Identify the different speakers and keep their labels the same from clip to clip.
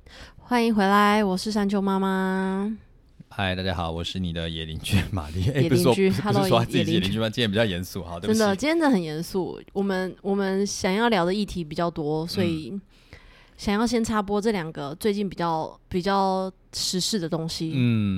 Speaker 1: 欢迎回来，我是山丘妈妈。
Speaker 2: 嗨，大家好，我是你的野邻居玛丽。
Speaker 1: 野邻居，Hello，
Speaker 2: 不是说自己是野邻居吗？今天比较严肃，好，对不起。
Speaker 1: 真的，今天真的很严肃。我们想要聊的议题比较多，所以想要先插播这两个最近比较时事的东西。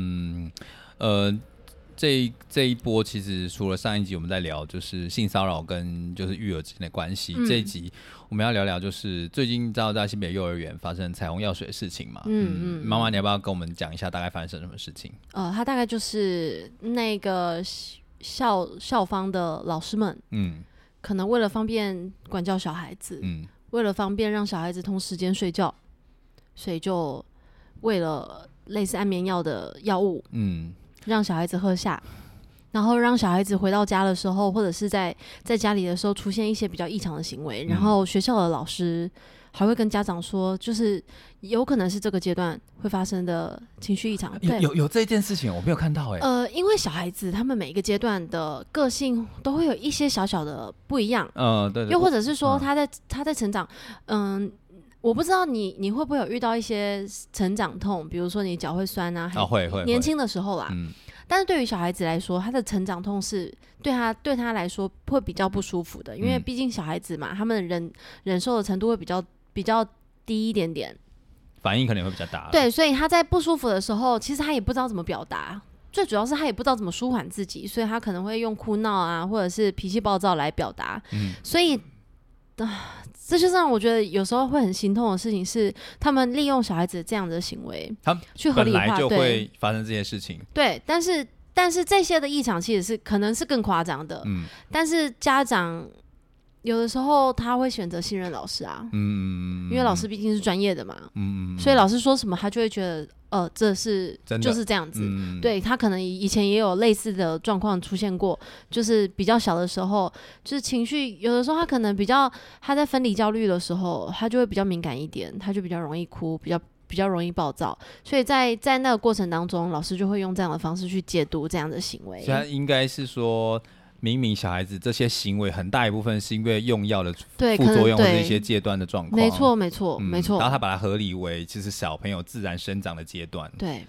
Speaker 2: 这一波其实除了上一集我们在聊就是性骚扰跟就是育儿之间的关系，这一集我们要聊聊就是最近知道在新北幼儿园发生彩虹药水的事情嘛。妈妈你要不要跟我们讲一下大概发生什么事情？
Speaker 1: 它大概就是那个校方的老师们，可能为了方便管教小孩子，为了方便让小孩子同时间睡觉，所以就为了类似安眠药的药物，让小孩子喝下，然后让小孩子回到家的时候，或者是在家里的时候出现一些比较异常的行为，然后学校的老师还会跟家长说，就是有可能是这个阶段会发生的情绪异常。
Speaker 2: 有这件事情我没有看到
Speaker 1: 因为小孩子他们每一个阶段的个性都会有一些小小的不一样，对，又或者是说他在成长，我不知道你会不会有遇到一些成长痛，比如说你脚会酸啊，
Speaker 2: 会
Speaker 1: 年轻的时候啦，但是对于小孩子来说，他的成长痛是对他来说会比较不舒服的，因为毕竟小孩子嘛，他们忍受的程度会比较低一点点，
Speaker 2: 反应可能会比较大。
Speaker 1: 对，所以他在不舒服的时候，其实他也不知道怎么表达，最主要是他也不知道怎么舒缓自己，所以他可能会用哭闹啊，或者是脾气暴躁来表达。所以这就是让我觉得有时候会很心痛的事情是，他们利用小孩子这样的行为，他去合理化，
Speaker 2: 本来就会发生这些事情。
Speaker 1: 对，但是这些的异常其实是可能是更夸张的。但是家长有的时候他会选择信任老师啊，因为老师毕竟是专业的嘛，所以老师说什么他就会觉得这是就是这样子。对，他可能以前也有类似的状况出现过，就是比较小的时候，就是情绪有的时候他可能他在分离焦虑的时候，他就会比较敏感一点，他就比较容易哭，比较容易暴躁，所以在那个过程当中，老师就会用这样的方式去解读这样的行为。
Speaker 2: 所以他应该是说，明明小孩子这些行为很大一部分是因为用药的副作用或者一些阶段的状况，
Speaker 1: 没错。
Speaker 2: 然后他把它合理为其实小朋友自然生长的阶段。
Speaker 1: 对，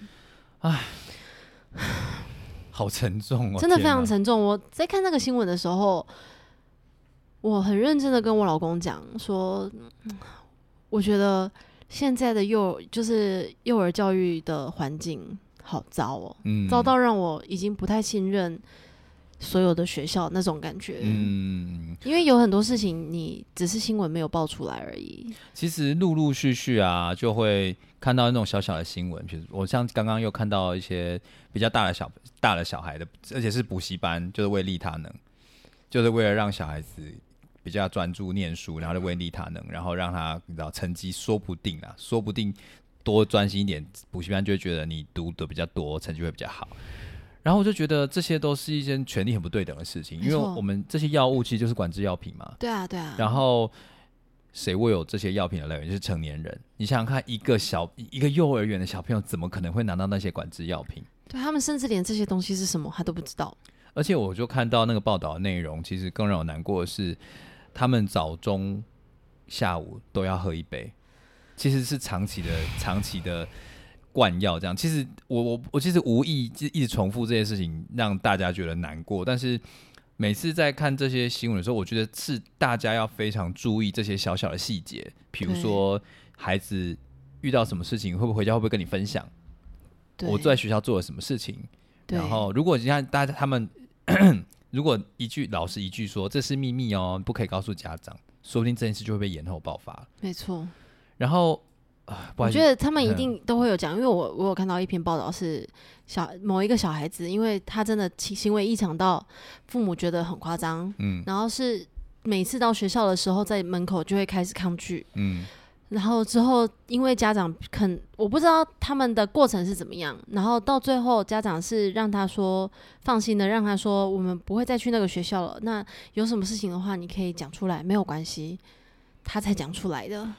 Speaker 2: 好沉重哦，
Speaker 1: 真的非常沉重。我在看那个新闻的时候，我很认真的跟我老公讲说，我觉得现在的就是幼儿教育的环境好糟哦，糟到让我已经不太信任所有的学校那种感觉。因为有很多事情你只是新闻没有爆出来而已。
Speaker 2: 其实陆陆续续啊，就会看到那种小小的新闻，比如我像刚刚又看到一些比较大的小孩的，而且是补习班，就是为利他能，就是为了让小孩子比较专注念书，然后就为利他能，然后让他你知道成绩说不定多专心一点，补习班就会觉得你读的比较多，成绩会比较好。然后我就觉得这些都是一件权力很不对等的事情，因为我们这些药物其实就是管制药品嘛。
Speaker 1: 对啊。
Speaker 2: 然后谁会有这些药品的来源？就是成年人。你想想看，一个幼儿园的小朋友怎么可能会拿到那些管制药品？
Speaker 1: 对，他们甚至连这些东西是什么他都不知道。
Speaker 2: 而且我就看到那个报道的内容，其实更让我难过的是，他们早中下午都要喝一杯，其实是长期的灌药这样。其实我其实无意一直重复这些事情，让大家觉得难过。但是每次在看这些新闻的时候，我觉得是大家要非常注意这些小小的细节，比如说孩子遇到什么事情，会不会回家会不会跟你分享？我在学校做了什么事情？然后如果你看他们如果老师一句说这是秘密哦，不可以告诉家长，说不定这件事就会被延后爆发。
Speaker 1: 没错。
Speaker 2: 然后
Speaker 1: 我觉得他们一定都会有讲，因为我有看到一篇报道是某一个小孩子，因为他真的行为异常到父母觉得很夸张，然后是每次到学校的时候在门口就会开始抗拒，然后之后因为家长我不知道他们的过程是怎么样，然后到最后家长是让他说放心的，让他说我们不会再去那个学校了，那有什么事情的话你可以讲出来，没有关系，他才讲出来的。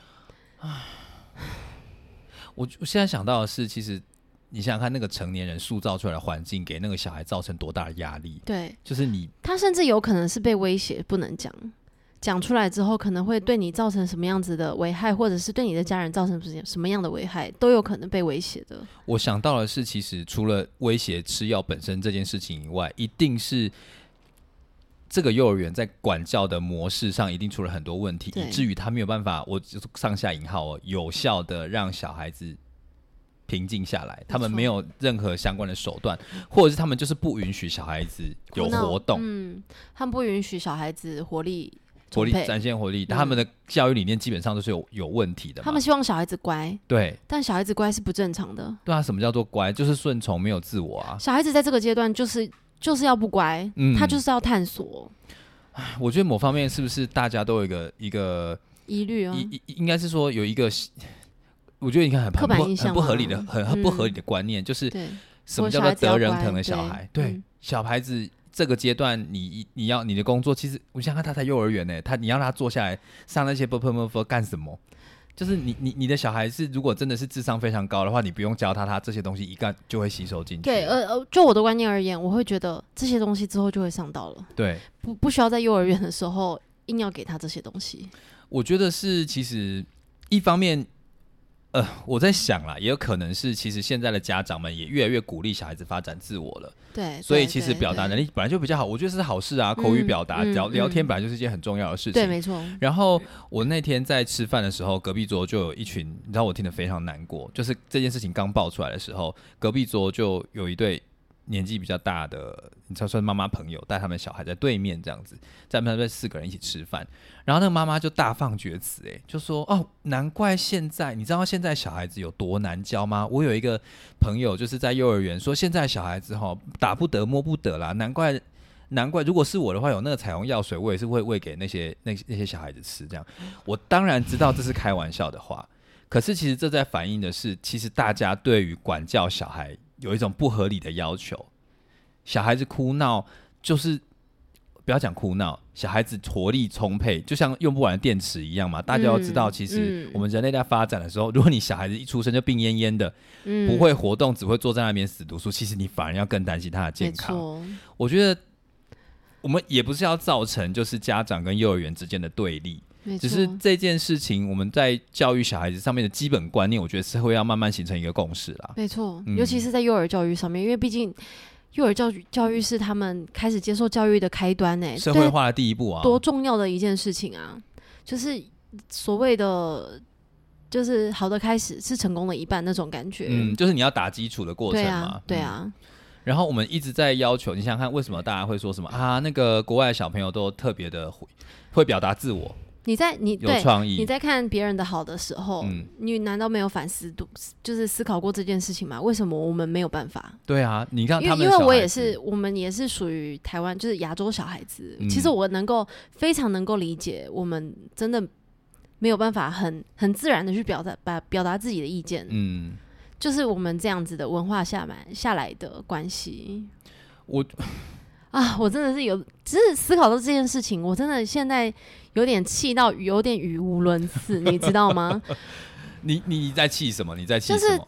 Speaker 2: 我现在想到的是，其实你想想看，那个成年人塑造出来的环境，给那个小孩造成多大的压力？
Speaker 1: 对，
Speaker 2: 就是他
Speaker 1: 甚至有可能是被威胁不能讲。 讲出来之后可能会对你造成什么样子的危害，或者是对你的家人造成什么样的危害，都有可能被威胁的。
Speaker 2: 我想到的是，其实除了威胁吃药本身这件事情以外，一定是这个幼儿园在管教的模式上一定出了很多问题，以至于他没有办法，我上下引号有效的让小孩子平静下来，他们没有任何相关的手段，或者是他们就是不允许小孩子有活动，
Speaker 1: 他们不允许小孩子活力
Speaker 2: 展现活力，他们的教育理念基本上都是有问题的嘛。
Speaker 1: 他们希望小孩子乖，
Speaker 2: 对，
Speaker 1: 但小孩子乖是不正常的。
Speaker 2: 对啊，什么叫做乖？就是顺从，没有自我啊。
Speaker 1: 小孩子在这个阶段就是要不乖，他就是要探索。
Speaker 2: 我觉得某方面是不是大家都有一个
Speaker 1: 疑虑啊？
Speaker 2: 应该是说有一个，我觉得你看
Speaker 1: 刻板印象
Speaker 2: 很不合理的、很不合理的观念，就是什么叫做得人疼的小孩？对，小孩子这个阶段，你的工作，其实我想看他在幼儿园呢，你要让他坐下来上那些 bop 干什么？就是你的小孩是如果真的是智商非常高的话，你不用教他这些东西一干就会吸收进去。
Speaker 1: 对，就我的观念而言，我会觉得这些东西之后就会上到了。
Speaker 2: 对，
Speaker 1: 不需要在幼儿园的时候硬要给他这些东西。我
Speaker 2: 觉得是，其实一方面。我在想啦，也有可能是，其实现在的家长们也越来越鼓励小孩子发展自我了。
Speaker 1: 对，
Speaker 2: 所以其实表达能力本来就比较好，我觉得是好事啊。口语表达、聊天本来就是一件很重要的事情。
Speaker 1: 对，没错。
Speaker 2: 然后我那天在吃饭的时候，隔壁桌就有一群，你知道我听得非常难过，就是这件事情刚爆出来的时候，隔壁桌就有一对年纪比较大的，你知道算妈妈朋友带他们小孩在对面这样子，在他们4个人一起吃饭，然后那个妈妈就大放厥词，就说哦，难怪现在你知道现在小孩子有多难教吗？我有一个朋友就是在幼儿园说，现在小孩子打不得摸不得啦，难怪如果是我的话，有那个彩虹药水，我也是会喂给那些小孩子吃这样。我当然知道这是开玩笑的话，可是其实这在反映的是，其实大家对于管教小孩有一种不合理的要求。小孩子哭闹，就是不要讲哭闹，小孩子活力充沛，就像用不完的电池一样嘛。大家要知道，其实我们人类在发展的时候，如果你小孩子一出生就病恹恹的，不会活动，只会坐在那边死读书，其实你反而要更担心他的健康。我觉得我们也不是要造成就是家长跟幼儿园之间的对立，只是这件事情我们在教育小孩子上面的基本观念，我觉得是会要慢慢形成一个共识啦。
Speaker 1: 没错，尤其是在幼儿教育上面，因为毕竟幼儿教育是他们开始接受教育的开端，
Speaker 2: 社会化的第一步啊，
Speaker 1: 多重要的一件事情啊！就是所谓的就是好的开始是成功的一半那种感觉。
Speaker 2: 就是你要打基础的过程嘛。
Speaker 1: 对啊。
Speaker 2: 然后我们一直在要求，你想想看，为什么大家会说什么啊？那个国外的小朋友都特别的会表达自我。你有创意，
Speaker 1: 你在看别人的好的时候，你难道没有反思，就是思考过这件事情吗？为什么我们没有办法？
Speaker 2: 对啊，你看他们，
Speaker 1: 因为我们也是属于台湾，就是亚洲小孩子。其实我非常能够理解，我们真的没有办法很自然的去表达自己的意见。就是我们这样子的文化下来的关系。我真的是只是思考到这件事情，我真的现在有点气到有点语无伦次，你知道吗？
Speaker 2: 你在气什么？你在气什么？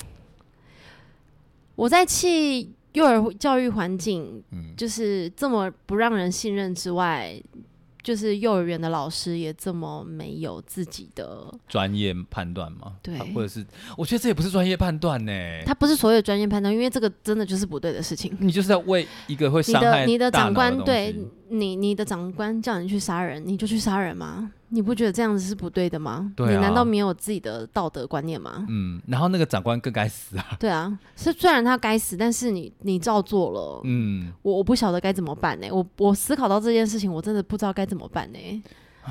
Speaker 1: 我在气幼儿教育环境，就是这么不让人信任之外，就是幼儿园的老师也这么没有自己的
Speaker 2: 专业判断吗？
Speaker 1: 对，
Speaker 2: 或者是我觉得这也不是专业判断呢。
Speaker 1: 他不是所有的专业判断，因为这个真的就是不对的事情。
Speaker 2: 你就是要为一个会伤害
Speaker 1: 你的长官，
Speaker 2: 对
Speaker 1: 你的长官叫你去杀人，你就去杀人吗？你不觉得这样子是不对的吗？
Speaker 2: 对啊，
Speaker 1: 你难道没有自己的道德观念吗？
Speaker 2: 然后那个长官更该死啊！
Speaker 1: 对啊，虽然他该死，但是你照做了，我不晓得该怎么办呢？我思考到这件事情，我真的不知道该怎么办呢。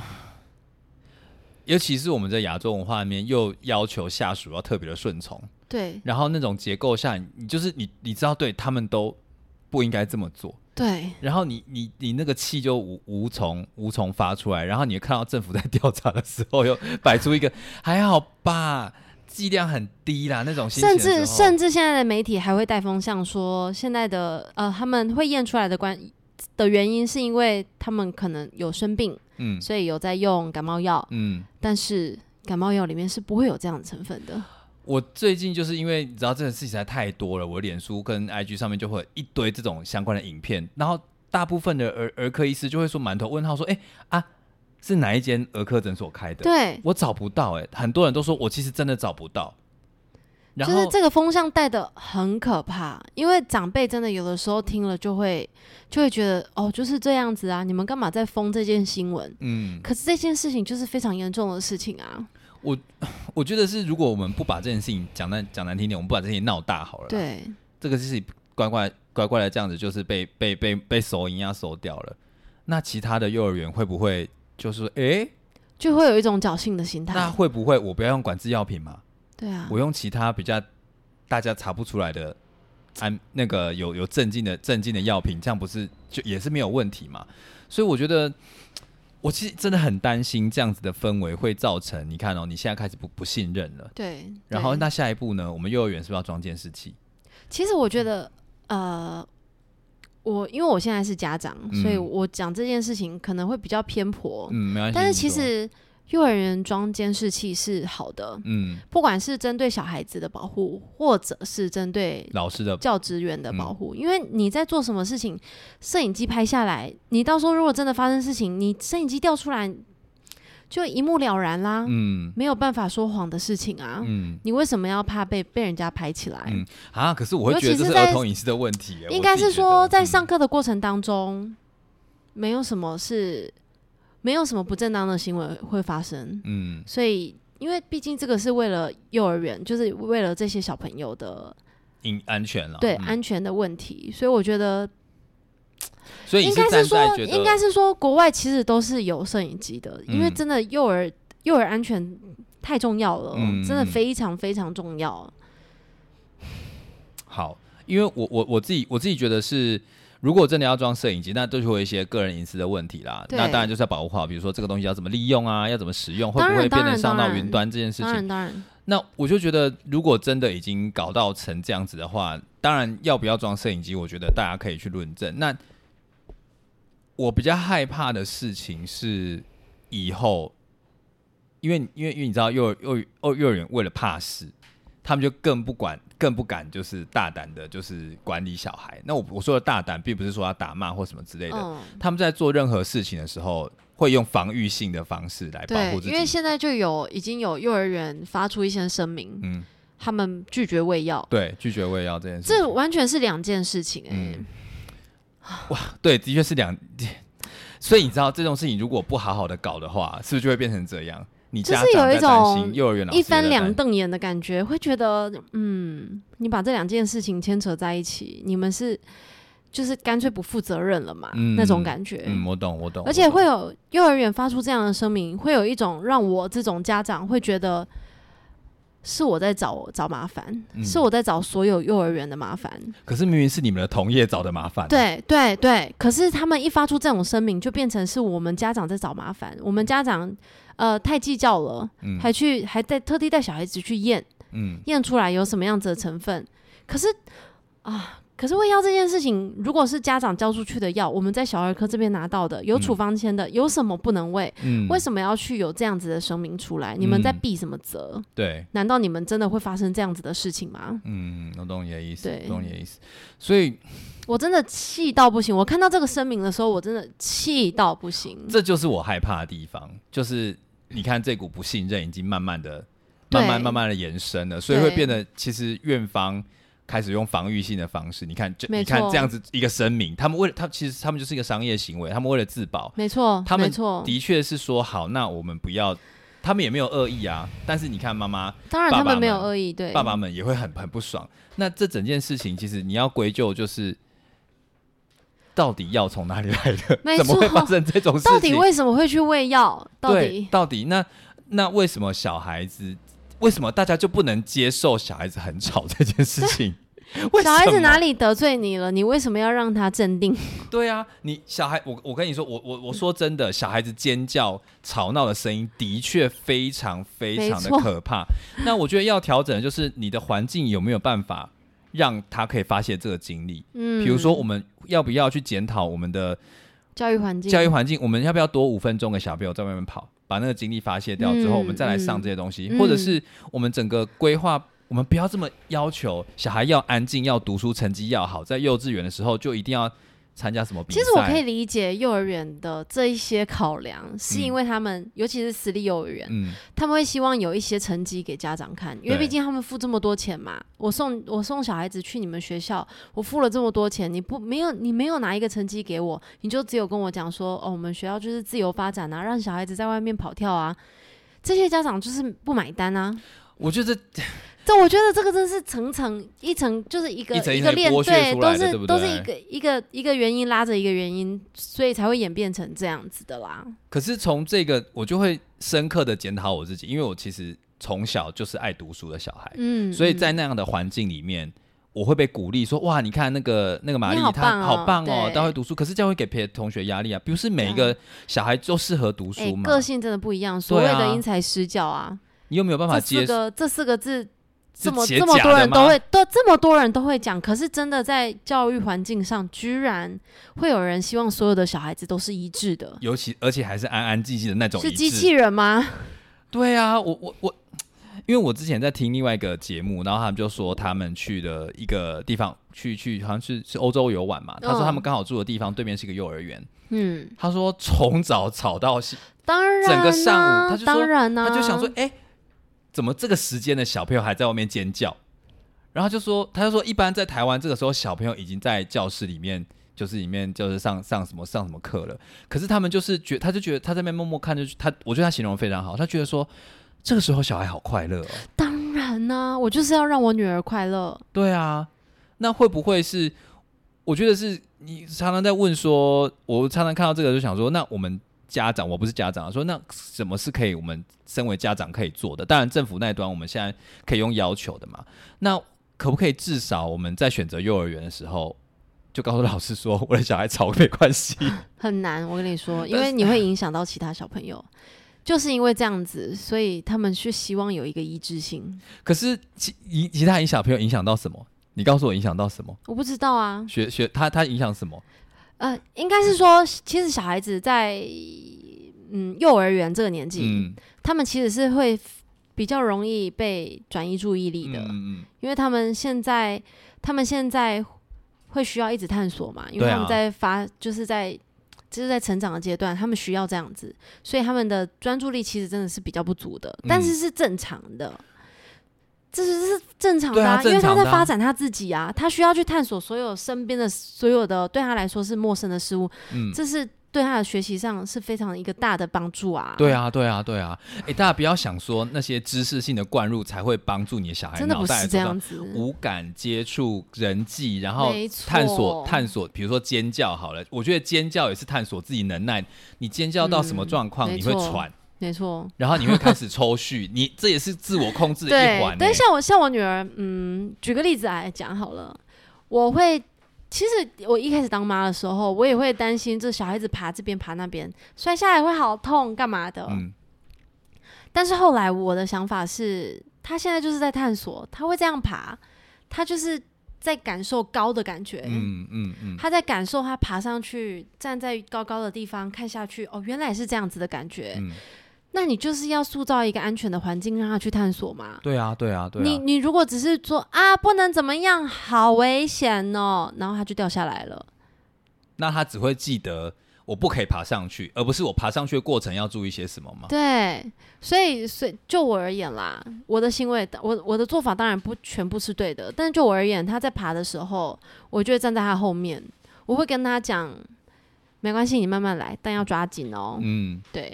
Speaker 2: 尤其是我们在亚洲文化里面，又要求下属要特别的顺从，
Speaker 1: 对，
Speaker 2: 然后那种结构下，你知道，对他们都不应该这么做。
Speaker 1: 对，
Speaker 2: 然后你那个气就无从发出来，然后你看到政府在调查的时候，又摆出一个还好吧，剂量很低啦那种心情的时候，
Speaker 1: 甚至现在的媒体还会带风向说，现在的他们会验出来的原因是因为他们可能有生病，所以有在用感冒药，但是感冒药里面是不会有这样的成分的。
Speaker 2: 我最近就是因为你知道这个事情实在太多了，我脸书跟 IG 上面就会有一堆这种相关的影片，然后大部分的儿科医师就会说满头问号说是哪一间儿科诊所开的？
Speaker 1: 对，
Speaker 2: 我找不到很多人都说我其实真的找不到。然后
Speaker 1: 就是这个风向带的很可怕，因为长辈真的有的时候听了就会觉得就是这样子啊，你们干嘛在封这件新闻？可是这件事情就是非常严重的事情啊。
Speaker 2: 我觉得是，如果我们不把这件事情讲难听点，我们不把这件事情闹大好了。
Speaker 1: 对，
Speaker 2: 这个事情乖乖的这样子，就是被收银啊收掉了。那其他的幼儿园会不会就是
Speaker 1: 就会有一种侥幸的心态？
Speaker 2: 那会不会我不要用管制药品嘛？
Speaker 1: 对啊，
Speaker 2: 我用其他比较大家查不出来的那个有镇静的药品，这样不是就也是没有问题嘛？所以我觉得，我其实真的很担心这样子的氛围会造成，你看你现在开始不信任了，
Speaker 1: 对，
Speaker 2: 然后那下一步呢？我们幼儿园是不是要装监视器？
Speaker 1: 其实我觉得，因为我现在是家长，所以我讲这件事情可能会比较偏颇，
Speaker 2: 没关系。
Speaker 1: 但是其实幼儿园装监视器是好的，不管是针对小孩子的保护，或者是针对
Speaker 2: 老师的
Speaker 1: 教职员的保护，因为你在做什么事情，摄影机拍下来，你到时候如果真的发生事情，你摄影机调出来就一目了然啦，没有办法说谎的事情啊，你为什么要怕被人家拍起来？
Speaker 2: 可是我会觉得这是儿童隐私的问题，
Speaker 1: 应该是说在上课的过程当中，没有什么不正当的行为会发生，所以因为毕竟这个是为了幼儿园，就是为了这些小朋友的
Speaker 2: 安全了，
Speaker 1: 对，安全的问题，所以我觉得，
Speaker 2: 所以
Speaker 1: 应该是说国外其实都是有摄影机的，因为真的幼儿安全太重要了，真的非常非常重要。
Speaker 2: 好，因为我自己觉得是。如果真的要装摄影机，那都会有一些个人隐私的问题啦。那当然就是要保护好，比如说这个东西要怎么利用啊，要怎么使用，会不会变成上到云端这件事情。
Speaker 1: 当然。
Speaker 2: 那我就觉得，如果真的已经搞到成这样子的话，当然要不要装摄影机，我觉得大家可以去论证。那我比较害怕的事情是以后，因为你知道幼儿园为了怕事，他们就更不敢就是大胆的，就是管理小孩。那我说的大胆，并不是说要打骂或什么之类的。他们在做任何事情的时候，会用防御性的方式来保护自己。
Speaker 1: 对，因为现在已经有幼儿园发出一些声明，他们拒绝喂药。
Speaker 2: 对，拒绝喂药这件事情，
Speaker 1: 这完全是两件事情。
Speaker 2: 哇，对，的确是所以你知道这种事情如果不好好的搞的话，是不是就会变成这样？你家长在担心，幼儿园老师
Speaker 1: 一翻两瞪眼的感觉，会觉得，你把这两件事情牵扯在一起，你们就是干脆不负责任了嘛，那种感觉。
Speaker 2: 我懂。
Speaker 1: 而且会有幼儿园发出这样的声明，会有一种让我这种家长会觉得是我在找麻烦，是我在找所有幼儿园的麻烦。
Speaker 2: 可是明明是你们的同业找的麻烦。
Speaker 1: 对，可是他们一发出这种声明，就变成是我们家长在找麻烦，我们家长太计较了，还特地带小孩子去验出来有什么样子的成分。可是喂药这件事情，如果是家长交出去的药，我们在小儿科这边拿到的有处方签的，有什么不能喂？为什么要去有这样子的声明出来？你们在避什么责？
Speaker 2: 对，
Speaker 1: 难道你们真的会发生这样子的事情吗？
Speaker 2: 我懂你的意思，
Speaker 1: 对，
Speaker 2: 懂你的意思。所以
Speaker 1: 我真的气到不行，我看到这个声明的时候，我真的气到不行。
Speaker 2: 这就是我害怕的地方，就是你看这股不信任已经慢慢的延伸了，所以会变得其实院方开始用防御性的方式。你看这样子一个声明，其实他们就是一个商业行为，他们为了自保，
Speaker 1: 没错，
Speaker 2: 他们的确是说好，那我们不要，他们也没有恶意啊。但是你看妈妈，
Speaker 1: 当然他们没有恶意，对，
Speaker 2: 爸爸们也会很不爽。那这整件事情其实你要归咎就是。到底药从哪里来的？怎么会发生这种事情？
Speaker 1: 到底为什么会去喂药？
Speaker 2: 到底那为什么为什么大家就不能接受小孩子很吵这件事情？
Speaker 1: 小孩子哪里得罪你了？你为什么要让他镇定？
Speaker 2: 对啊，你小孩，我跟你说，我说真的，小孩子尖叫吵闹的声音的确非常非常的可怕。那我觉得要调整的就是你的环境有没有办法让他可以发泄这个精力。比如说我们要不要去检讨我们的
Speaker 1: 教育环境？
Speaker 2: 我们要不要多5分钟给小朋友在外面跑，把那个精力发泄掉之后，我们再来上这些东西，或者是我们整个规划。我们不要这么要求小孩要安静，要读书，成绩要好，在幼稚园的时候就一定要参加什么比赛。
Speaker 1: 其实我可以理解幼儿园的这一些考量，是因为他们、尤其是私立幼儿园，他们会希望有一些成绩给家长看，因为毕竟他们付这么多钱嘛。我送小孩子去你们学校，我付了这么多钱，你没有拿一个成绩给我，你就只有跟我讲说，我们学校就是自由发展啊，让小孩子在外面跑跳啊，这些家长就是不买单啊。
Speaker 2: 我觉得
Speaker 1: 我觉得这个真是层层一层，就是一个链，对，都是一个原因拉着一个原因，所以才会演变成这样子的啦。
Speaker 2: 可是从这个，我就会深刻的检讨我自己，因为我其实从小就是爱读书的小孩，所以在那样的环境里面，我会被鼓励说，哇，你看那个玛丽，她好棒哦，她会读书。可是这样会给别的同学压力啊，不是每一个小孩都适合读书吗？
Speaker 1: 个性真的不一样，所谓的因材施教啊，
Speaker 2: 你有没有办法接受
Speaker 1: 这四个字？这么多人都会讲，可是真的在教育环境上，居然会有人希望所有的小孩子都是一致的，
Speaker 2: 而且还是安安静静的那种一致。
Speaker 1: 是机器人吗？
Speaker 2: 对啊，因为我之前在听另外一个节目，然后他们就说他们去的一个地方，去好像是欧洲游玩嘛。他说他们刚好住的地方对面是一个幼儿园。他说从早吵到
Speaker 1: 当然
Speaker 2: 整个上午，他就说
Speaker 1: 当然
Speaker 2: 他就想说，怎么这个时间的小朋友还在外面尖叫？然后他就说，一般在台湾这个时候，小朋友已经在教室里面，就是上什么课了。可是他们就是他就觉得他在那边默默看，我觉得他形容得非常好。他觉得说，这个时候小孩好快乐哦。
Speaker 1: 当然啊，我就是要让我女儿快乐。
Speaker 2: 对啊，那会不会是？我觉得是你常常在问说，我常常看到这个就想说，那我们家长，我不是家长，说那什么是可以我们身为家长可以做的？当然政府那一端我们现在可以用要求的嘛。那可不可以至少我们在选择幼儿园的时候，就告诉老师说，我的小孩吵没关系？
Speaker 1: 很难，我跟你说，因为你会影响到其他小朋友。就是因为这样子，所以他们是希望有一个一致性。
Speaker 2: 可是其他小朋友影响到什么？你告诉我影响到什么？
Speaker 1: 我不知道啊。
Speaker 2: 他影响什么？
Speaker 1: 应该是说，其实小孩子在幼儿园这个年纪，他们其实是会比较容易被转移注意力的，因为他们现在会需要一直探索嘛，因为他们在就是在成长的阶段，他们需要这样子，所以他们的专注力其实真的是比较不足的，但是是正常的。这是正常的啊，因为他在发展他自己啊，他需要去探索所有身边的所有的对他来说是陌生的事物，这是对他的学习上是非常一个大的帮助啊。
Speaker 2: 对啊，大家不要想说那些知识性的灌入才会帮助你的小孩，
Speaker 1: 真的不是这样子。
Speaker 2: 无感接触人际，然后探索，比如说尖叫好了，我觉得尖叫也是探索自己能耐。你尖叫到什么状况，你会喘。没错，然后你会开始抽蓄，这也是自我控制的一环。
Speaker 1: 对，像我女儿，举个例子来讲好了，其实我一开始当妈的时候，我也会担心这小孩子爬这边爬那边，摔下来会好痛，干嘛的？但是后来我的想法是，他现在就是在探索，他会这样爬，他就是在感受高的感觉，他在感受他爬上去，站在高高的地方看下去，原来是这样子的感觉。那你就是要塑造一个安全的环境，让他去探索嘛。
Speaker 2: 对啊。
Speaker 1: 你如果只是说不能怎么样，好危险哦，然后他就掉下来了，
Speaker 2: 那他只会记得我不可以爬上去，而不是我爬上去的过程要注意些什么吗？
Speaker 1: 对，所以就我而言啦，我的行为，我的做法当然不全部是对的，但是就我而言，他在爬的时候，我就会站在他后面，我会跟他讲，没关系，你慢慢来，但要抓紧哦。对。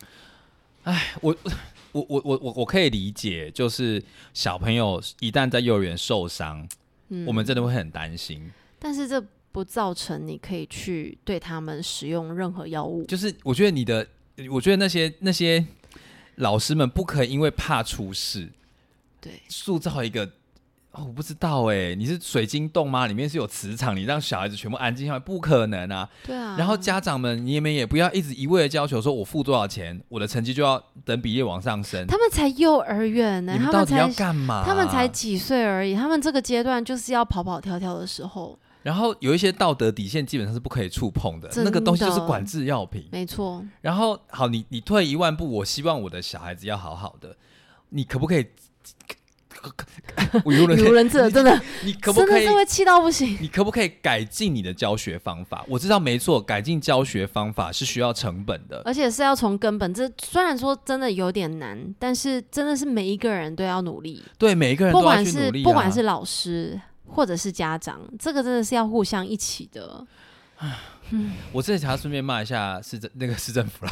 Speaker 2: 我可以理解，就是小朋友一旦在幼儿园受伤，我们真的会很担心。
Speaker 1: 但是这不造成你可以去对他们使用任何药物。
Speaker 2: 就是我觉得那些老师们不可以因为怕出事，
Speaker 1: 对，塑
Speaker 2: 造一个。我不知道你是水晶洞吗？里面是有磁场，你让小孩子全部安静下来，不可能啊！
Speaker 1: 对啊。
Speaker 2: 然后家长们，你们也不要一味的要求说，我付多少钱，我的成绩就要等比例往上升。
Speaker 1: 他们才幼儿园呢，
Speaker 2: 你们到底要干嘛？
Speaker 1: 他们才几岁而已，他们这个阶段就是要跑跑跳跳的时候。
Speaker 2: 然后有一些道德底线基本上是不可以触碰的，那个东西就是管制药品。
Speaker 1: 没错。
Speaker 2: 然后好，你退一万步，我希望我的小孩子要好好的，你可不可以？ 语无
Speaker 1: 伦次了，真的，
Speaker 2: 你可不可以
Speaker 1: 真的是会气到不行？
Speaker 2: 你可不可以改进你的教学方法？我知道没错，改进教学方法是需要成本的，
Speaker 1: 而且是要从根本。这虽然说真的有点难，但是真的是每一个人都要努力。
Speaker 2: 对，每一个人都要去努力、
Speaker 1: 不管是老师或者是家长，这个真的是要互相一起的。
Speaker 2: 我这里想要顺便骂一下那个市政府了。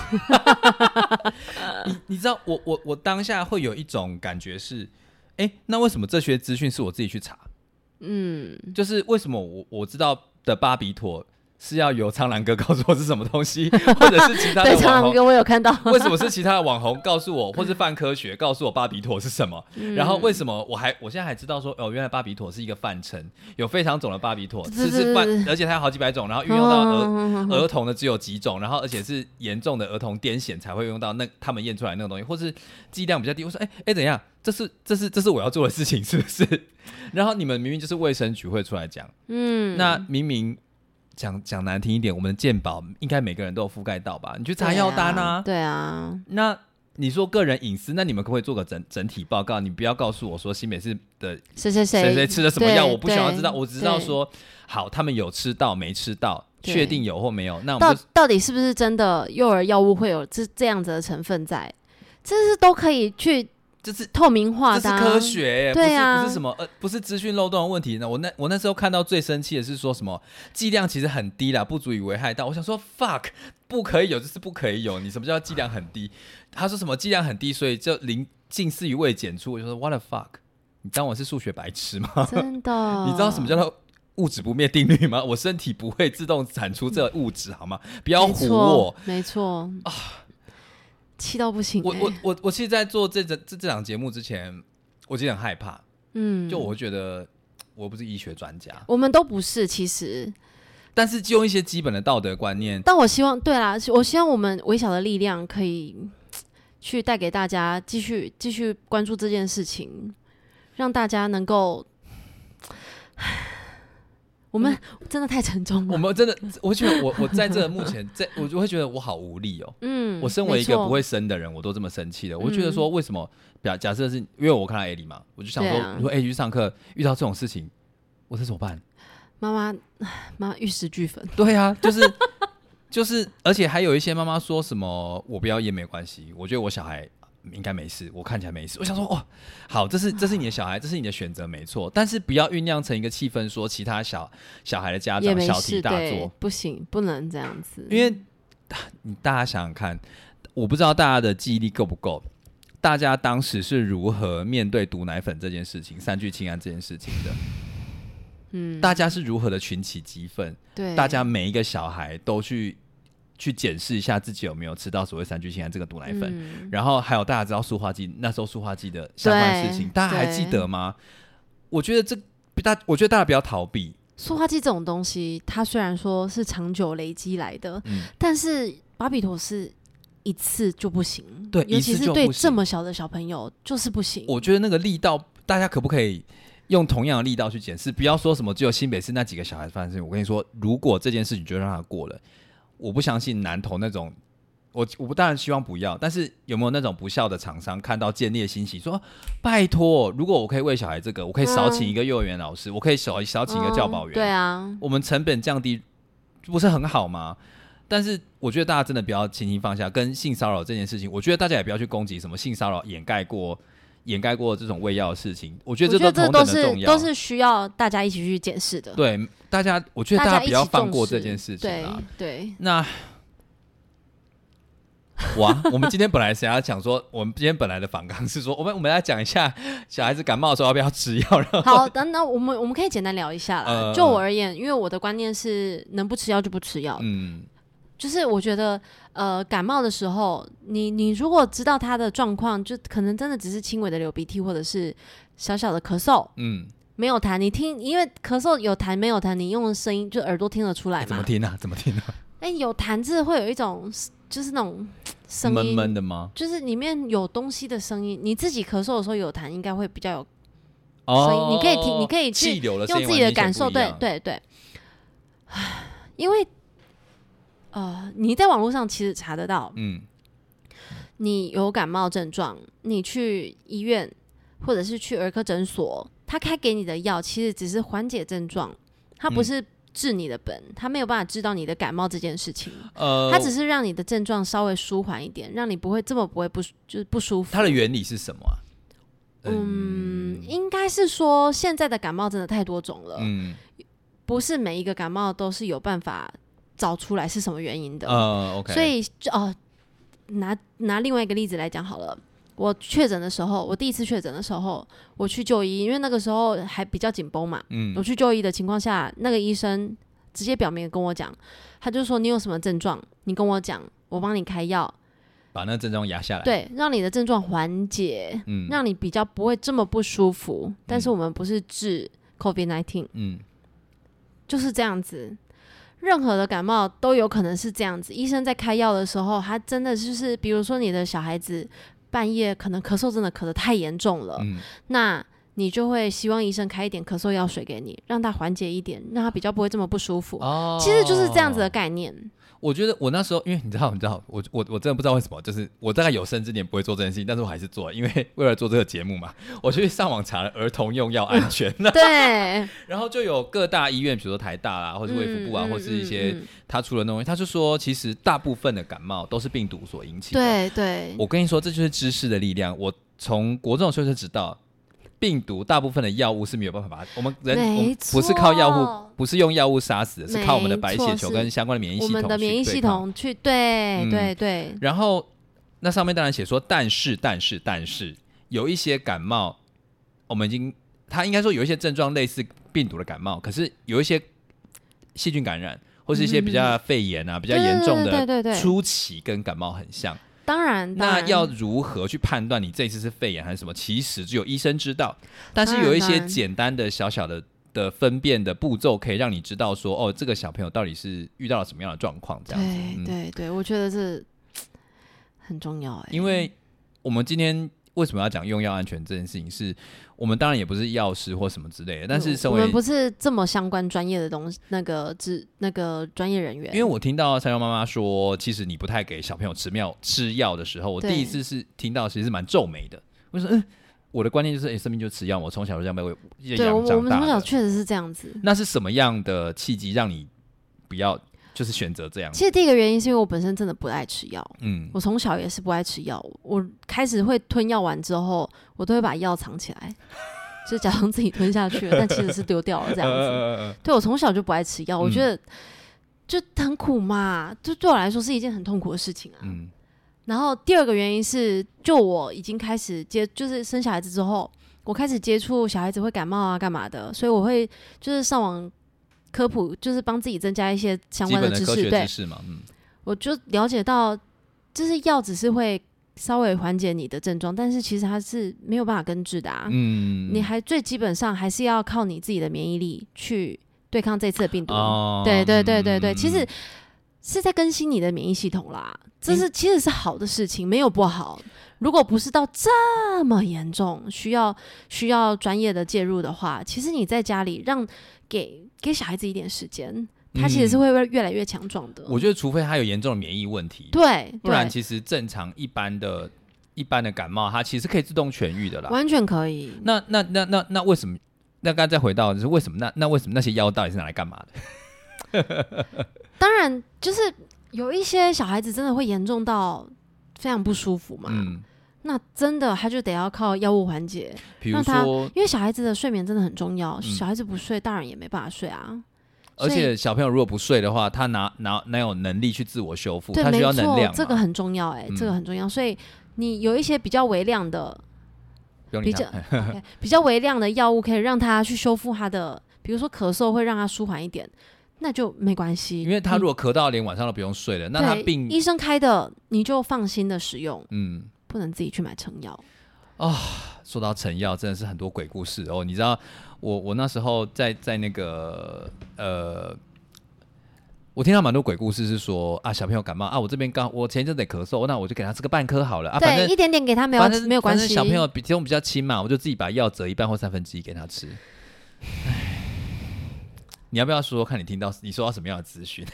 Speaker 2: 你知道我当下会有一种感觉是，那为什么这些资讯是我自己去查？就是为什么我知道的巴比妥是要由苍兰哥告诉我是什么东西，或者是其他的网红？对，
Speaker 1: 苍兰哥我有看到。
Speaker 2: 为什么是其他的网红告诉我，或是泛科学告诉我巴比妥是什么？然后为什么我现在还知道说，原来巴比妥是一个泛称，有非常种的巴比妥，是泛，而且它有好几百种，然后运用到儿童的只有几种，然后而且是严重的儿童癫痫才会用到他们验出来那个东西，或是剂量比较低。我说，怎样？这是我要做的事情，是不是？然后你们明明就是卫生局会出来讲，那明明。讲难听一点，我们的健保应该每个人都有覆盖到吧？你去查药单啊，
Speaker 1: 对啊。
Speaker 2: 那你说个人隐私，那你们可不可以做个整体报告？你不要告诉我说新北市的谁吃了什么药，我不想要知道，我只知道说好，他们有吃到没吃到，确定有或没有。那我们
Speaker 1: 到底是不是真的幼儿药物会有这样子的成分在？这是都可以去。这是
Speaker 2: 透明化的、这是科学耶，
Speaker 1: 对啊，
Speaker 2: 不是什么不是资讯漏洞的问题呢。我那时候看到最生气的是说什么剂量其实很低啦，不足以危害到。我想说 fuck， 不可以有就是不可以有，你什么叫剂量很低？他说什么剂量很低，所以就近似于未检出。我就说 what the fuck， 你当我是数学白痴吗？
Speaker 1: 真的，
Speaker 2: 你知道什么叫做物质不灭定律吗？我身体不会自动产出这个物质好吗？不要唬我，
Speaker 1: 没错啊。气到不行、
Speaker 2: 我其实在做这档节目之前，我其实很害怕。就我会觉得我不是医学专家，
Speaker 1: 我们都不是，其实。
Speaker 2: 但是就用一些基本的道德观念。
Speaker 1: 但我希望，对啦，我希望我们微小的力量可以去带给大家继续关注这件事情，让大家能够。我们真的太沉重了。
Speaker 2: 我们真的，我觉得我在这目前，我就会觉得我好无力哦。我身为一个不会生的人，我都这么生气的。我就觉得说，为什么？假设是因为我看到艾莉嘛，我就想说，如果艾莉去上课遇到这种事情，我这怎么办？妈妈玉石俱焚。对啊，就是，而且还有一些妈妈说什么，我不要验没关系，我觉得我小孩。应该没事，我看起来没事。我想说，好，这是你的小孩，这是你的选择，没错。但是不要酝酿成一个气氛，说其他小孩的家长小题大做，
Speaker 1: 不行，不能这样子。
Speaker 2: 因为大家想想看，我不知道大家的记忆力够不够，大家当时是如何面对毒奶粉这件事情、3聚氰胺这件事情的？大家是如何的群起激愤？对，大家每一个小孩都去检视一下自己有没有吃到所谓3聚氰胺这个毒奶粉，然后还有大家知道塑化剂那时候塑化剂的相关事情，大家还记得吗？我觉得大家不要逃避。
Speaker 1: 塑化剂这种东西，它虽然说是长久累积来的，但是巴比妥是一次就不行，对，尤其是对这么小的小朋友就是不行。
Speaker 2: 我觉得那个力道，大家可不可以用同样的力道去检视？不要说什么只有新北市那几个小孩发生事情。我跟你说，如果这件事情就让他过了。我不相信南投那种，我当然希望不要，但是有没有那种不孝的厂商看到见猎欣喜，说拜托，如果我可以为小孩这个，我可以少请一个幼儿园老师，我可以少请一个教保员，
Speaker 1: 对啊，
Speaker 2: 我们成本降低，不是很好吗？但是我觉得大家真的不要轻轻放下，跟性骚扰这件事情，我觉得大家也不要去攻击什么性骚扰掩盖过这种喂药的事情，我觉得这都同等的重要，
Speaker 1: 都是需要大家一起去检视的。
Speaker 2: 对，我觉得大家不要放过这件事情啦。
Speaker 1: 对，
Speaker 2: 那我们今天本来想要讲说，我们今天本来的访纲是说，我们来讲一下小孩子感冒的时候要不要吃药。
Speaker 1: 好，那我们可以简单聊一下啦。就我而言，因为我的观念是能不吃药就不吃药。就是我觉得感冒的时候，你如果知道他的状况，就可能真的只是轻微的流鼻涕或者是小小的咳嗽，没有痰，你听，因为咳嗽有痰没有痰，你用的声音就耳朵听得出来嘛。
Speaker 2: 怎么听啊？
Speaker 1: 有痰字会有一种就是那种声音
Speaker 2: 闷闷的吗？
Speaker 1: 就是里面有东西的声音。你自己咳嗽的时候有痰，应该会比较有声音。你可以听，你可以去用自己的感受，对。因为你在网络上其实查得到，你有感冒症状，你去医院或者是去儿科诊所，他开给你的药其实只是缓解症状，他不是治你的本，他没有办法治到你的感冒这件事情，他只是让你的症状稍微舒缓一点，让你不会就是不舒服。
Speaker 2: 它的原理是什么啊？
Speaker 1: 应该是说现在的感冒真的太多种了，不是每一个感冒都是有办法找出来是什么原因的。
Speaker 2: OK。
Speaker 1: 所以拿另外一个例子来讲好了。我确诊的时候，我第一次确诊的时候，我去就医，因为那个时候还比较紧绷嘛。我去就医的情况下，那个医生直接表明跟我讲，他就说你有什么症状，你跟我讲，我帮你开药，
Speaker 2: 把那个症状压下来，
Speaker 1: 对，让你的症状缓解，让你比较不会这么不舒服。但是我们不是治 COVID-19，就是这样子。任何的感冒都有可能是这样子，医生在开药的时候，他真的就是比如说你的小孩子半夜可能咳嗽真的咳得太严重了，那你就会希望医生开一点咳嗽药水给你，让他缓解一点，让他比较不会这么不舒服。其实就是这样子的概念。
Speaker 2: 我觉得我那时候，因为你知道，我真的不知道为什么，就是我大概有生之年不会做这件事情，但是我还是做了，因为为了做这个节目嘛，我去上网查了儿童用药安全。
Speaker 1: 对，
Speaker 2: 然后就有各大医院，比如说台大啦，或是卫福部啊，或是一些他出了东西，他就说，其实大部分的感冒都是病毒所引起的。
Speaker 1: 对对，
Speaker 2: 我跟你说，这就是知识的力量。我从国中的时候就知道。病毒大部分的药物是没有办法把我们人不是靠药物，不是用药物杀死的，是靠我们的白血球跟相关的免疫系统，我们的免疫系统
Speaker 1: 去对对对。
Speaker 2: 然后那上面当然写说，但是有一些感冒，我们他应该说有一些症状类似病毒的感冒，可是有一些细菌感染或是一些比较肺炎啊比较严重的初期跟感冒很像。
Speaker 1: 当然，
Speaker 2: 那要如何去判断你这一次是肺炎还是什么？其实只有医生知道，但是有一些简单的小小的分辨的步骤，可以让你知道说，哦，这个小朋友到底是遇到了什么样的状况，这样子。
Speaker 1: 对对，我觉得这很重要。
Speaker 2: 因为我们今天为什么要讲用药安全这件事情，是我们当然也不是药师或什么之类的，但是身为
Speaker 1: 我们不是这么相关专业的东西，那个专业人员。
Speaker 2: 因为我听到三幺妈妈说，其实你不太给小朋友吃药的时候，我第一次是听到其实是蛮皱眉的。我说我的观念就是生病就吃药，我从小就这样被养长大的。
Speaker 1: 我们从小确实是这样子。
Speaker 2: 那是什么样的契机让你不要就是选择这样？
Speaker 1: 其实第一个原因是因为我本身真的不爱吃药，我从小也是不爱吃药。我开始会吞药丸之后，我都会把药藏起来，就假装自己吞下去了，但其实是丢掉了这样子。对，我从小就不爱吃药，我觉得就很苦嘛，就对我来说是一件很痛苦的事情啊。然后第二个原因是，就我已经开始就是生小孩子之后，我开始接触小孩子会感冒啊干嘛的，所以我会就是上网科普，就是帮自己增加一些相关的知识。
Speaker 2: 基本的科学知识嘛，
Speaker 1: 我就了解到，就是药只是会稍微缓解你的症状，但是其实它是没有办法根治的啊。你还最基本上还是要靠你自己的免疫力去对抗这次的病毒。对对对对对，其实是在更新你的免疫系统啦，这是其实是好的事情，没有不好。如果不是到这么严重，需要专业的介入的话，其实你在家里给小孩子一点时间，他其实是会越来越强壮的。我
Speaker 2: 觉得除非他有严重的免疫问题，
Speaker 1: 对，
Speaker 2: 不然其实正常一般的感冒，它其实可以自动痊愈的啦，
Speaker 1: 完全可以。
Speaker 2: 那为什么？那刚才再回到就是为什么？那为什么那些药到底是拿来干嘛的？
Speaker 1: 当然，就是有一些小孩子真的会严重到非常不舒服嘛。那真的他就得要靠药物缓解。
Speaker 2: 比如说，
Speaker 1: 因为小孩子的睡眠真的很重要，小孩子不睡，大人也没办法睡啊。
Speaker 2: 而且小朋友如果不睡的话，他哪有能力去自我修复？他需要能量嘛。
Speaker 1: 这个很重要这个很重要。所以你有一些比较微量的，比较微量的药物，可以让他去修复他的，比如说咳嗽会让他舒缓一点。那就没关系，
Speaker 2: 因为他如果咳到连晚上都不用睡了，那他
Speaker 1: 医生开的你就放心的使用，不能自己去买成药
Speaker 2: 说到成药，真的是很多鬼故事哦。你知道我那时候在那个我听到蛮多鬼故事，是说小朋友感冒我这边我前一阵得咳嗽，那我就给他吃个半颗好了
Speaker 1: 对，
Speaker 2: 反正
Speaker 1: 一点点给他没有关系。
Speaker 2: 反正小朋友体重比较轻嘛，我就自己把药折一半或1/3给他吃。你要不要说看你收到什么样的资讯？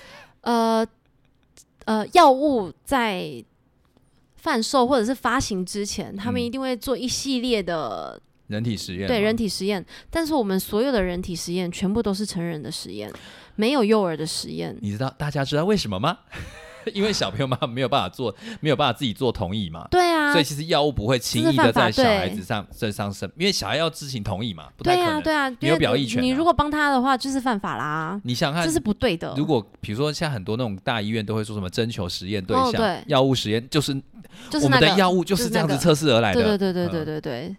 Speaker 1: 药物在贩售或者是发行之前，他们一定会做一系列的
Speaker 2: 人体实验，
Speaker 1: 对，人体实验。但是我们所有的人体实验全部都是成人的实验，没有幼儿的实验。
Speaker 2: 大家知道为什么吗？因为小朋友嘛没有办法自己做同意嘛，
Speaker 1: 对啊，
Speaker 2: 所以其实药物不会轻易的在小孩子上身，因为小孩要知情同意嘛，不太可能。
Speaker 1: 对啊，
Speaker 2: 没有表意权。
Speaker 1: 你如果帮他的话，就是犯法啦。
Speaker 2: 你想看，
Speaker 1: 这是不对的。
Speaker 2: 如果比如说像很多那种大医院都会说什么征求实验对象，
Speaker 1: 对，
Speaker 2: 药物实验就是
Speaker 1: 我
Speaker 2: 们的药物就是这样子测试而来的。
Speaker 1: 对。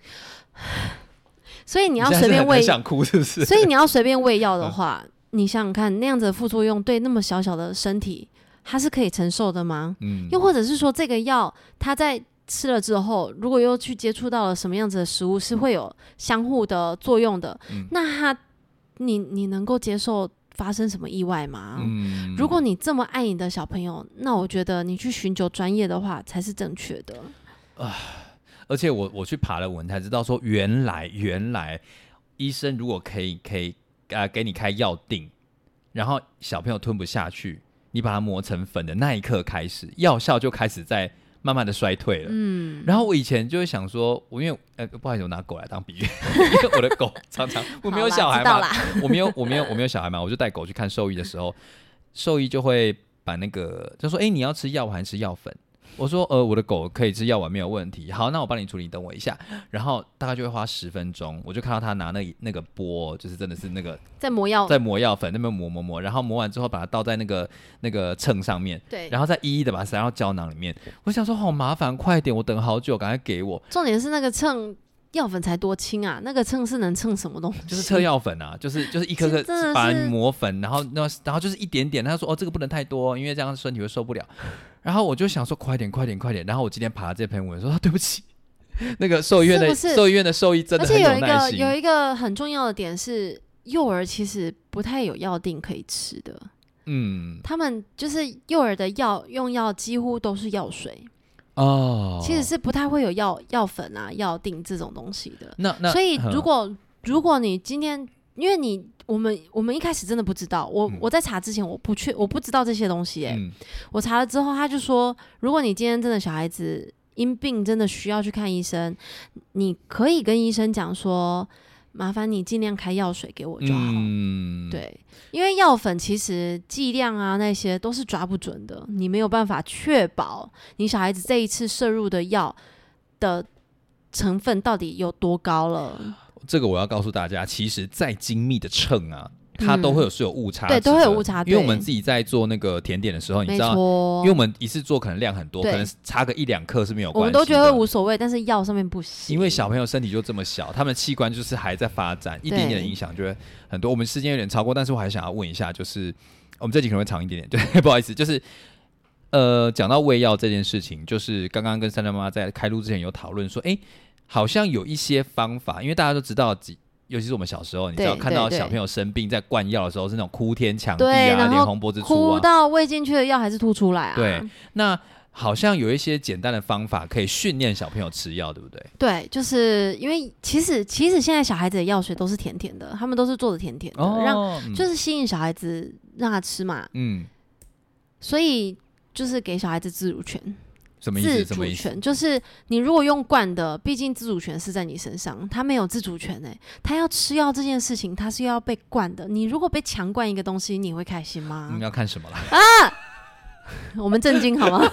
Speaker 1: 所以你要随便喂，
Speaker 2: 很想哭是不是？
Speaker 1: 所以你要随便喂药的话，你想想看，那样子的副作用对那么小小的身体。它是可以承受的吗？又或者是说这个药它在吃了之后，如果又去接触到了什么样子的食物，是会有相互的作用的，那你能够接受发生什么意外吗？如果你这么爱你的小朋友，那我觉得你去寻求专业的话才是正确的。
Speaker 2: 而且我去爬了文才知道说，原来医生如果可以给你开药锭，然后小朋友吞不下去，你把它磨成粉的那一刻开始，药效就开始在慢慢的衰退了。然后我以前就会想说，因为不好意思，我拿狗来当比喻，因为我的狗常常我没有小孩嘛，我没有小孩嘛，我就带狗去看兽医的时候，兽医就会把那个就说，你要吃药还是吃药粉？我说我的狗可以吃药丸没有问题，好，那我帮你处理，等我一下。然后大概就会花10分钟，我就看到他拿那个钵，就是真的是那个在磨药粉，那边磨，然后磨完之后把它倒在那个秤上面，
Speaker 1: 对，
Speaker 2: 然后再一一的把它塞到胶囊里面。我想说好麻烦，快点，我等好久，赶快给我。
Speaker 1: 重点是那个秤药粉才多轻啊，那个秤是能称什么东西？
Speaker 2: 就是测药粉啊，就是一颗颗把你磨粉，然后就是一点点。他说这个不能太多，因为这样身体会受不了。然后我就想说快点。然后我今天爬这篇文说对不起，那个兽医院的兽医真的很有耐心。
Speaker 1: 有一个很重要的点是，幼儿其实不太有药锭可以吃的。他们就是幼儿的用药几乎都是药水。其实是不太会有药粉啊、药锭这种东西的。所以如果你今天，因为我们一开始真的不知道，我在查之前我不知道这些东西我查了之后，他就说，如果你今天真的小孩子因病真的需要去看医生，你可以跟医生讲说，麻烦你尽量开药水给我就好。对，因为药粉其实剂量啊那些都是抓不准的，你没有办法确保你小孩子这一次摄入的药的成分到底有多高了。
Speaker 2: 这个我要告诉大家，其实再精密的秤啊，它都会有误差值的，
Speaker 1: 对，都会有误差。
Speaker 2: 因为我们自己在做那个甜点的时候，你知道，因为我们一次做可能量很多，可能差个1-2克是没有关系的，
Speaker 1: 我们都觉得无所谓，但是药上面不行。
Speaker 2: 因为小朋友身体就这么小，他们器官就是还在发展，一点点的影响就会很多。我们时间有点超过，但是我还想要问一下，就是我们这集可能会长一点点，对，不好意思，就是讲到喂药这件事情，就是刚刚跟珊珊妈妈在开录之前有讨论说，好像有一些方法，因为大家都知道，尤其是我们小时候，你知道看到小朋友生病在灌药的时候是那种哭天抢地啊，脸红脖子粗啊，
Speaker 1: 哭到喂进去的药还是吐出来啊。
Speaker 2: 对，那好像有一些简单的方法可以训练小朋友吃药，对不对？
Speaker 1: 对，就是因为其实现在小孩子的药水都是甜甜的，他们都是做的甜甜的，就是吸引小孩子让他吃嘛。所以就是给小孩子自主权。
Speaker 2: 什么意思？
Speaker 1: 自主权就是你如果用灌的，毕竟自主权是在你身上，他没有自主权他要吃药这件事情，他是要被灌的。你如果被强灌一个东西，你会开心吗？
Speaker 2: 你要看什么啦？
Speaker 1: 我们震惊好吗？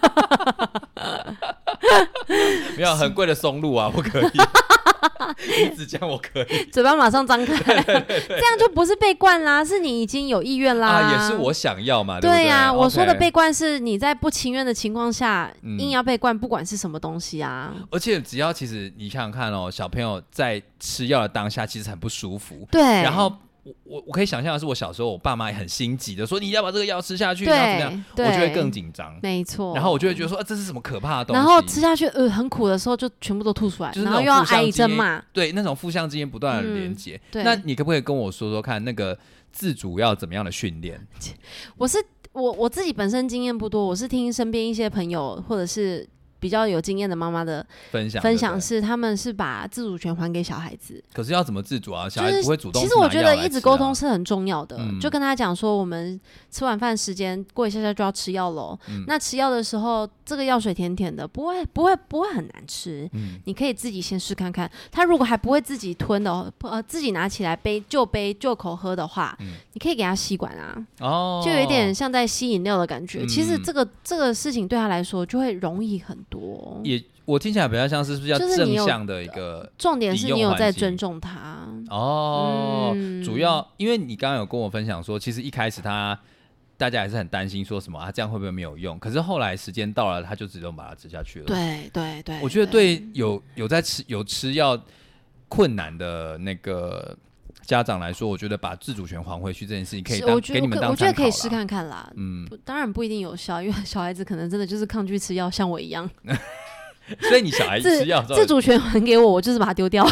Speaker 2: 没有很贵的松露啊，不可以。你只讲我可以，
Speaker 1: 嘴巴马上张开，这样就不是被灌啦，是你已经有意愿啦。
Speaker 2: 也是我想要嘛，对不对？
Speaker 1: 对啊，我说的被灌是你在不情愿的情况下硬要被灌，不管是什么东西啊。
Speaker 2: 而且只要其实你想想看小朋友在吃药的当下其实很不舒服，
Speaker 1: 对，
Speaker 2: 然后。我可以想象的是，我小时候我爸妈也很心急的说你要把这个药吃下去，然后怎么样，我就会更紧张，
Speaker 1: 没错。
Speaker 2: 然后我就会觉得说这是什么可怕的东西，
Speaker 1: 然后吃下去很苦的时候就全部都吐出来，然后又要挨一阵骂，
Speaker 2: 对，那种负向基因不断的连接。那你可不可以跟我说说看，那个自主要怎么样的训练？
Speaker 1: 我自己本身经验不多，我是听身边一些朋友或者是比较有经验的妈妈的分享是，他们是把自主权还给小孩子。
Speaker 2: 可是要怎么自主啊？小孩不会主动、
Speaker 1: 其实我觉得一直沟通是很重要的，就跟他讲说，我们吃晚饭时间过一下下就要吃药喽。那吃药的时候，这个药水甜甜的，不会很难吃。你可以自己先试看看。他如果还不会自己吞的，自己拿起来就口喝的话，你可以给他吸管啊。就有一点像在吸饮料的感觉。其实这个事情对他来说就会容易很多。
Speaker 2: 我听起来比较像是比较正向的一个，
Speaker 1: 重点是你有在尊重他
Speaker 2: 主要因为你刚刚有跟我分享说，其实一开始大家还是很担心说什么这样会不会没有用，可是后来时间到了，他就自动把它吃下去了。
Speaker 1: 对，
Speaker 2: 我觉得对有吃药困难的那个家长来说，我觉得把自主权还回去这件事情可以给你们当参考啦。
Speaker 1: 我觉得可以试看看啦。当然不一定有效，因为小孩子可能真的就是抗拒吃药，像我一样。
Speaker 2: 所以你小孩吃药
Speaker 1: 自主权还给我，我就是把它丢掉。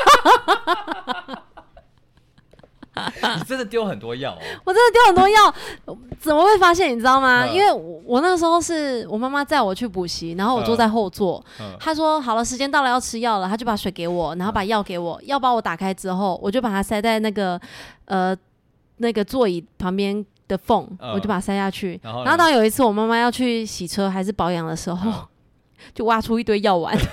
Speaker 2: 你真的丢很多药
Speaker 1: 我真的丢很多药，怎么会发现？你知道吗？因为我那时候是我妈妈载我去补习，然后我坐在后座。她说好了，时间到了要吃药了，她就把水给我，然后把药给我，药把我打开之后，我就把它塞在那个座椅旁边的缝，我就把它塞下去。然后当有一次我妈妈要去洗车还是保养的时候，就挖出一堆药丸。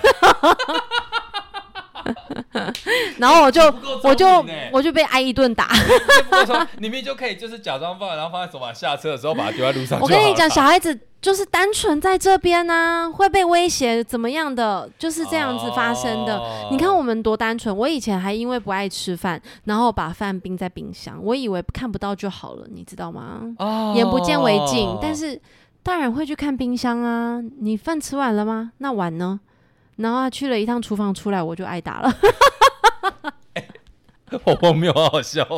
Speaker 1: 然后我就被挨一顿打。
Speaker 2: 你明明就可以就是假装放，然后放在手把下车的时候把它丢在路上就好了。
Speaker 1: 我跟你讲，小孩子就是单纯在这边会被威胁怎么样的，就是这样子发生的。你看我们多单纯，我以前还因为不爱吃饭，然后把饭冰在冰箱，我以为看不到就好了，你知道吗？眼不见为净，但是当然会去看冰箱啊。你饭吃完了吗？那碗呢？然后他去了一趟厨房出来，我就挨打了。
Speaker 2: 好荒谬，好好笑。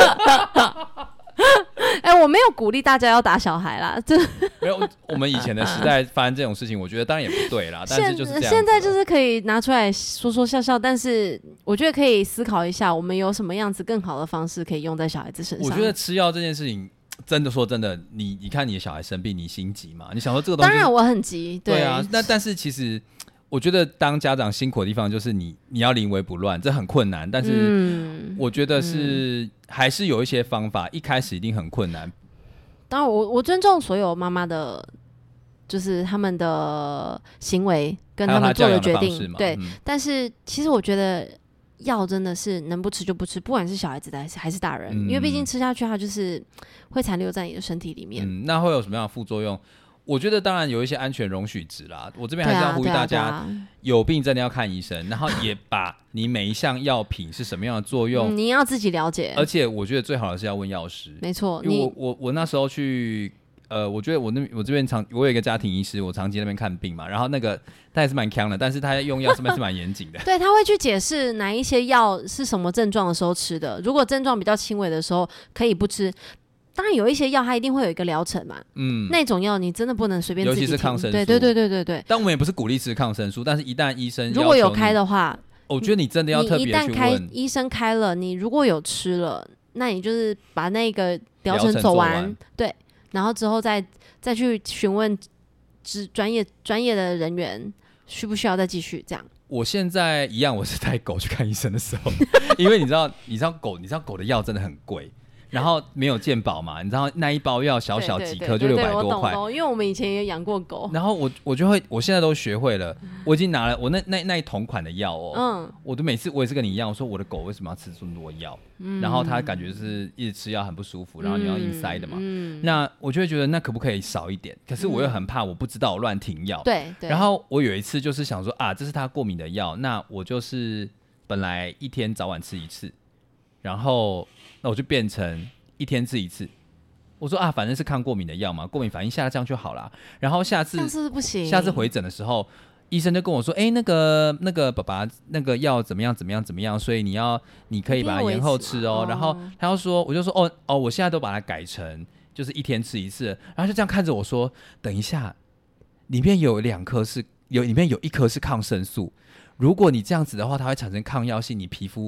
Speaker 1: 我没有鼓励大家要打小孩啦，
Speaker 2: 没有。我们以前的时代发生这种事情，我觉得当然也不对啦。但是就是这样。
Speaker 1: 现在就是可以拿出来说说笑笑，但是我觉得可以思考一下，我们有什么样子更好的方式可以用在小孩子身上。
Speaker 2: 我觉得吃药这件事情。真的说真的，你看你的小孩生病，你心急嘛？你想说这个东西，
Speaker 1: 当然我很急，
Speaker 2: 对啊。但是其实我觉得当家长辛苦的地方就是你要临危不乱，这很困难。但是我觉得还是有一些方法，一开始一定很困难。
Speaker 1: 当然我尊重所有妈妈的，就是他们的行为跟他们做的决定，对。但是其实我觉得。药真的是能不吃就不吃，不管是小孩子还是大人，因为毕竟吃下去它就是会残留在你的身体里面。
Speaker 2: 那会有什么样的副作用？我觉得当然有一些安全容许值啦。我这边还是要呼吁大家，有病真的要看医生，然后也把你每一项药品是什么样的作用，
Speaker 1: 你要自己了解。
Speaker 2: 而且我觉得最好的是要问药师，
Speaker 1: 没错。
Speaker 2: 因为我那时候去。我觉得我这边我有一个家庭医师，我长期在那边看病嘛，然后那个他也是蛮强的，但是他用药是蛮严谨的。
Speaker 1: 对，他会去解释哪一些药是什么症状的时候吃的，如果症状比较轻微的时候可以不吃。当然有一些药它一定会有一个疗程嘛，那种药你真的不能随便自己停，
Speaker 2: 尤其是抗生素。
Speaker 1: 对。
Speaker 2: 但我们也不是鼓励吃抗生素，但是一旦医生
Speaker 1: 如果有开的话，
Speaker 2: 我觉得你真的要特别去问。
Speaker 1: 你一旦医生开了，你如果有吃了，那你就是把那个疗程走完，对。然后之后再去询问专业的人员需不需要再继续这样。
Speaker 2: 我现在一样，我是带狗去看医生的时候，因为你知道狗的药真的很贵，然后没有健保嘛，你知道那一包药小几颗就600多块，
Speaker 1: 因为我们以前也养过狗。
Speaker 2: 然后我现在都学会了，我已经拿了我那一同款的药我每次我也是跟你一样，我说我的狗为什么要吃这么多药？然后它感觉是一直吃药很不舒服，然后你要硬塞的嘛。那我就会觉得那可不可以少一点？可是我又很怕我不知道我乱停药。
Speaker 1: 对。
Speaker 2: 然后我有一次就是想说这是它过敏的药，那我就是本来一天早晚吃一次，然后那我就变成一天吃一次。我说反正是抗过敏的药嘛，过敏反应下降就好啦。然后下次
Speaker 1: 不行，
Speaker 2: 下次回诊的时候，医生就跟我说，那个爸爸那个药怎么样，所以你可以把它延后吃哦。然后他要说，我就说我现在都把它改成就是一天吃一次，然后就这样看着我说，等一下，里面有2颗里面有1颗是抗生素，如果你这样子的话，它会产生抗药性，你皮肤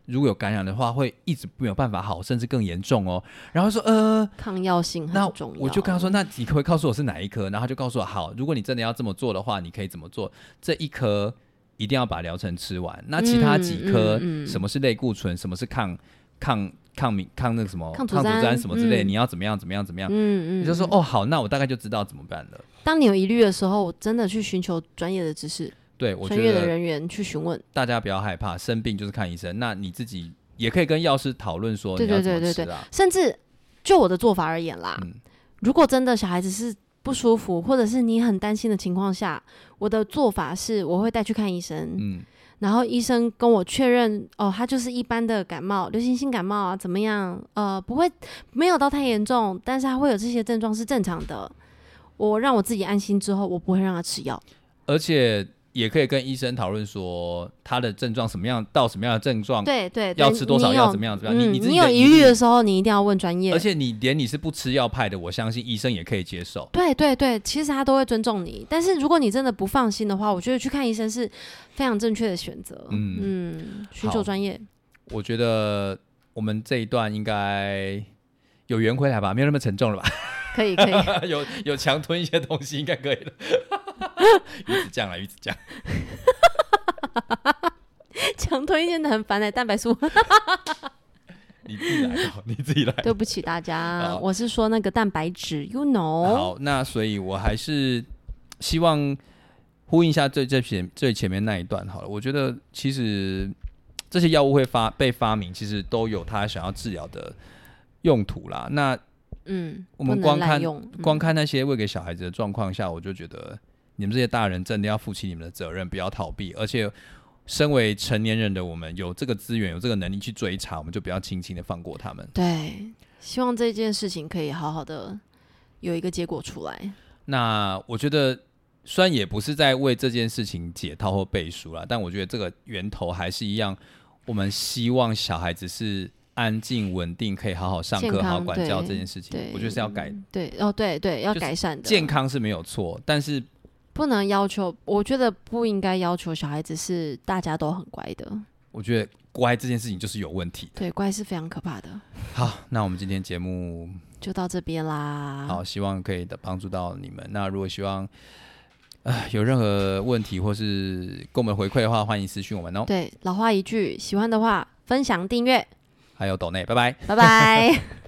Speaker 2: 如果有感染的话，会一直没有办法好，甚至更严重哦。然后说
Speaker 1: 抗药性很重要。
Speaker 2: 那我就跟他说，那你可不可以告诉我是哪一颗？然后他就告诉我，好，如果你真的要这么做的话，你可以怎么做？这一颗一定要把疗程吃完。那其他几颗，什么是类固醇，什么是抗那个什么
Speaker 1: 抗组
Speaker 2: 胺什么之类的，你要怎么样怎么样怎么样？你就说好，那我大概就知道怎么办了。
Speaker 1: 当你有疑虑的时候，我真的去寻求专业的知识。
Speaker 2: 对，我觉得
Speaker 1: 专业的人员去询问，
Speaker 2: 大家不要害怕，生病就是看医生。那你自己也可以跟药师讨论说你要怎么吃啊。
Speaker 1: 甚至就我的做法而言啦，如果真的小孩子是不舒服，或者是你很担心的情况下，我的做法是我会带去看医生。然后医生跟我确认，他就是一般的感冒，流行性感冒啊，怎么样？不会，没有到太严重，但是他会有这些症状是正常的。我让我自己安心之后，我不会让他吃药，
Speaker 2: 而且也可以跟医生讨论说他的症状什么样到什么样的症状，
Speaker 1: 对，
Speaker 2: 要吃多少药怎么样怎么样。
Speaker 1: 你有疑虑的时候，你一定要问专业。
Speaker 2: 而且你是不吃药派的，我相信医生也可以接受。
Speaker 1: 对，其实他都会尊重你。但是如果你真的不放心的话，我觉得去看医生是非常正确的选择。寻求专业。
Speaker 2: 我觉得我们这一段应该有圆回来吧，没有那么沉重了吧？
Speaker 1: 可以
Speaker 2: 有强吞一些东西应该可以了。鱼子酱啦，鱼子酱。
Speaker 1: 强吞一些的很烦蛋白素。
Speaker 2: 你自己来。
Speaker 1: 对不起大家，我是说那个蛋白质 ，you know。
Speaker 2: 好，那所以我还是希望呼应一下最前面那一段好了。我觉得其实这些药物会被发明，其实都有它想要治疗的用途啦。那我们光看那些喂给小孩子的状况下，我就觉得你们这些大人真的要负起你们的责任，不要逃避。而且身为成年人的我们，有这个资源有这个能力去追查，我们就不要轻轻的放过他们。
Speaker 1: 对，希望这件事情可以好好的有一个结果出来。
Speaker 2: 那我觉得虽然也不是在为这件事情解套或背书啦，但我觉得这个源头还是一样，我们希望小孩子是安静稳定，可以好好上课好好管教这件事情，我觉得是要改。
Speaker 1: 对，要改善的。
Speaker 2: 健康是没有错，但是
Speaker 1: 不能要求，我觉得不应该要求小孩子是大家都很乖的。
Speaker 2: 我觉得乖这件事情就是有问题的。
Speaker 1: 对，乖是非常可怕的。
Speaker 2: 好，那我们今天节目
Speaker 1: 就到这边啦。
Speaker 2: 好，希望可以帮助到你们。那如果希望有任何问题或是跟我们回馈的话，欢迎私讯我们哦。
Speaker 1: 对，老话一句，喜欢的话分享订阅，
Speaker 2: 还有抖内，拜拜，
Speaker 1: 拜拜。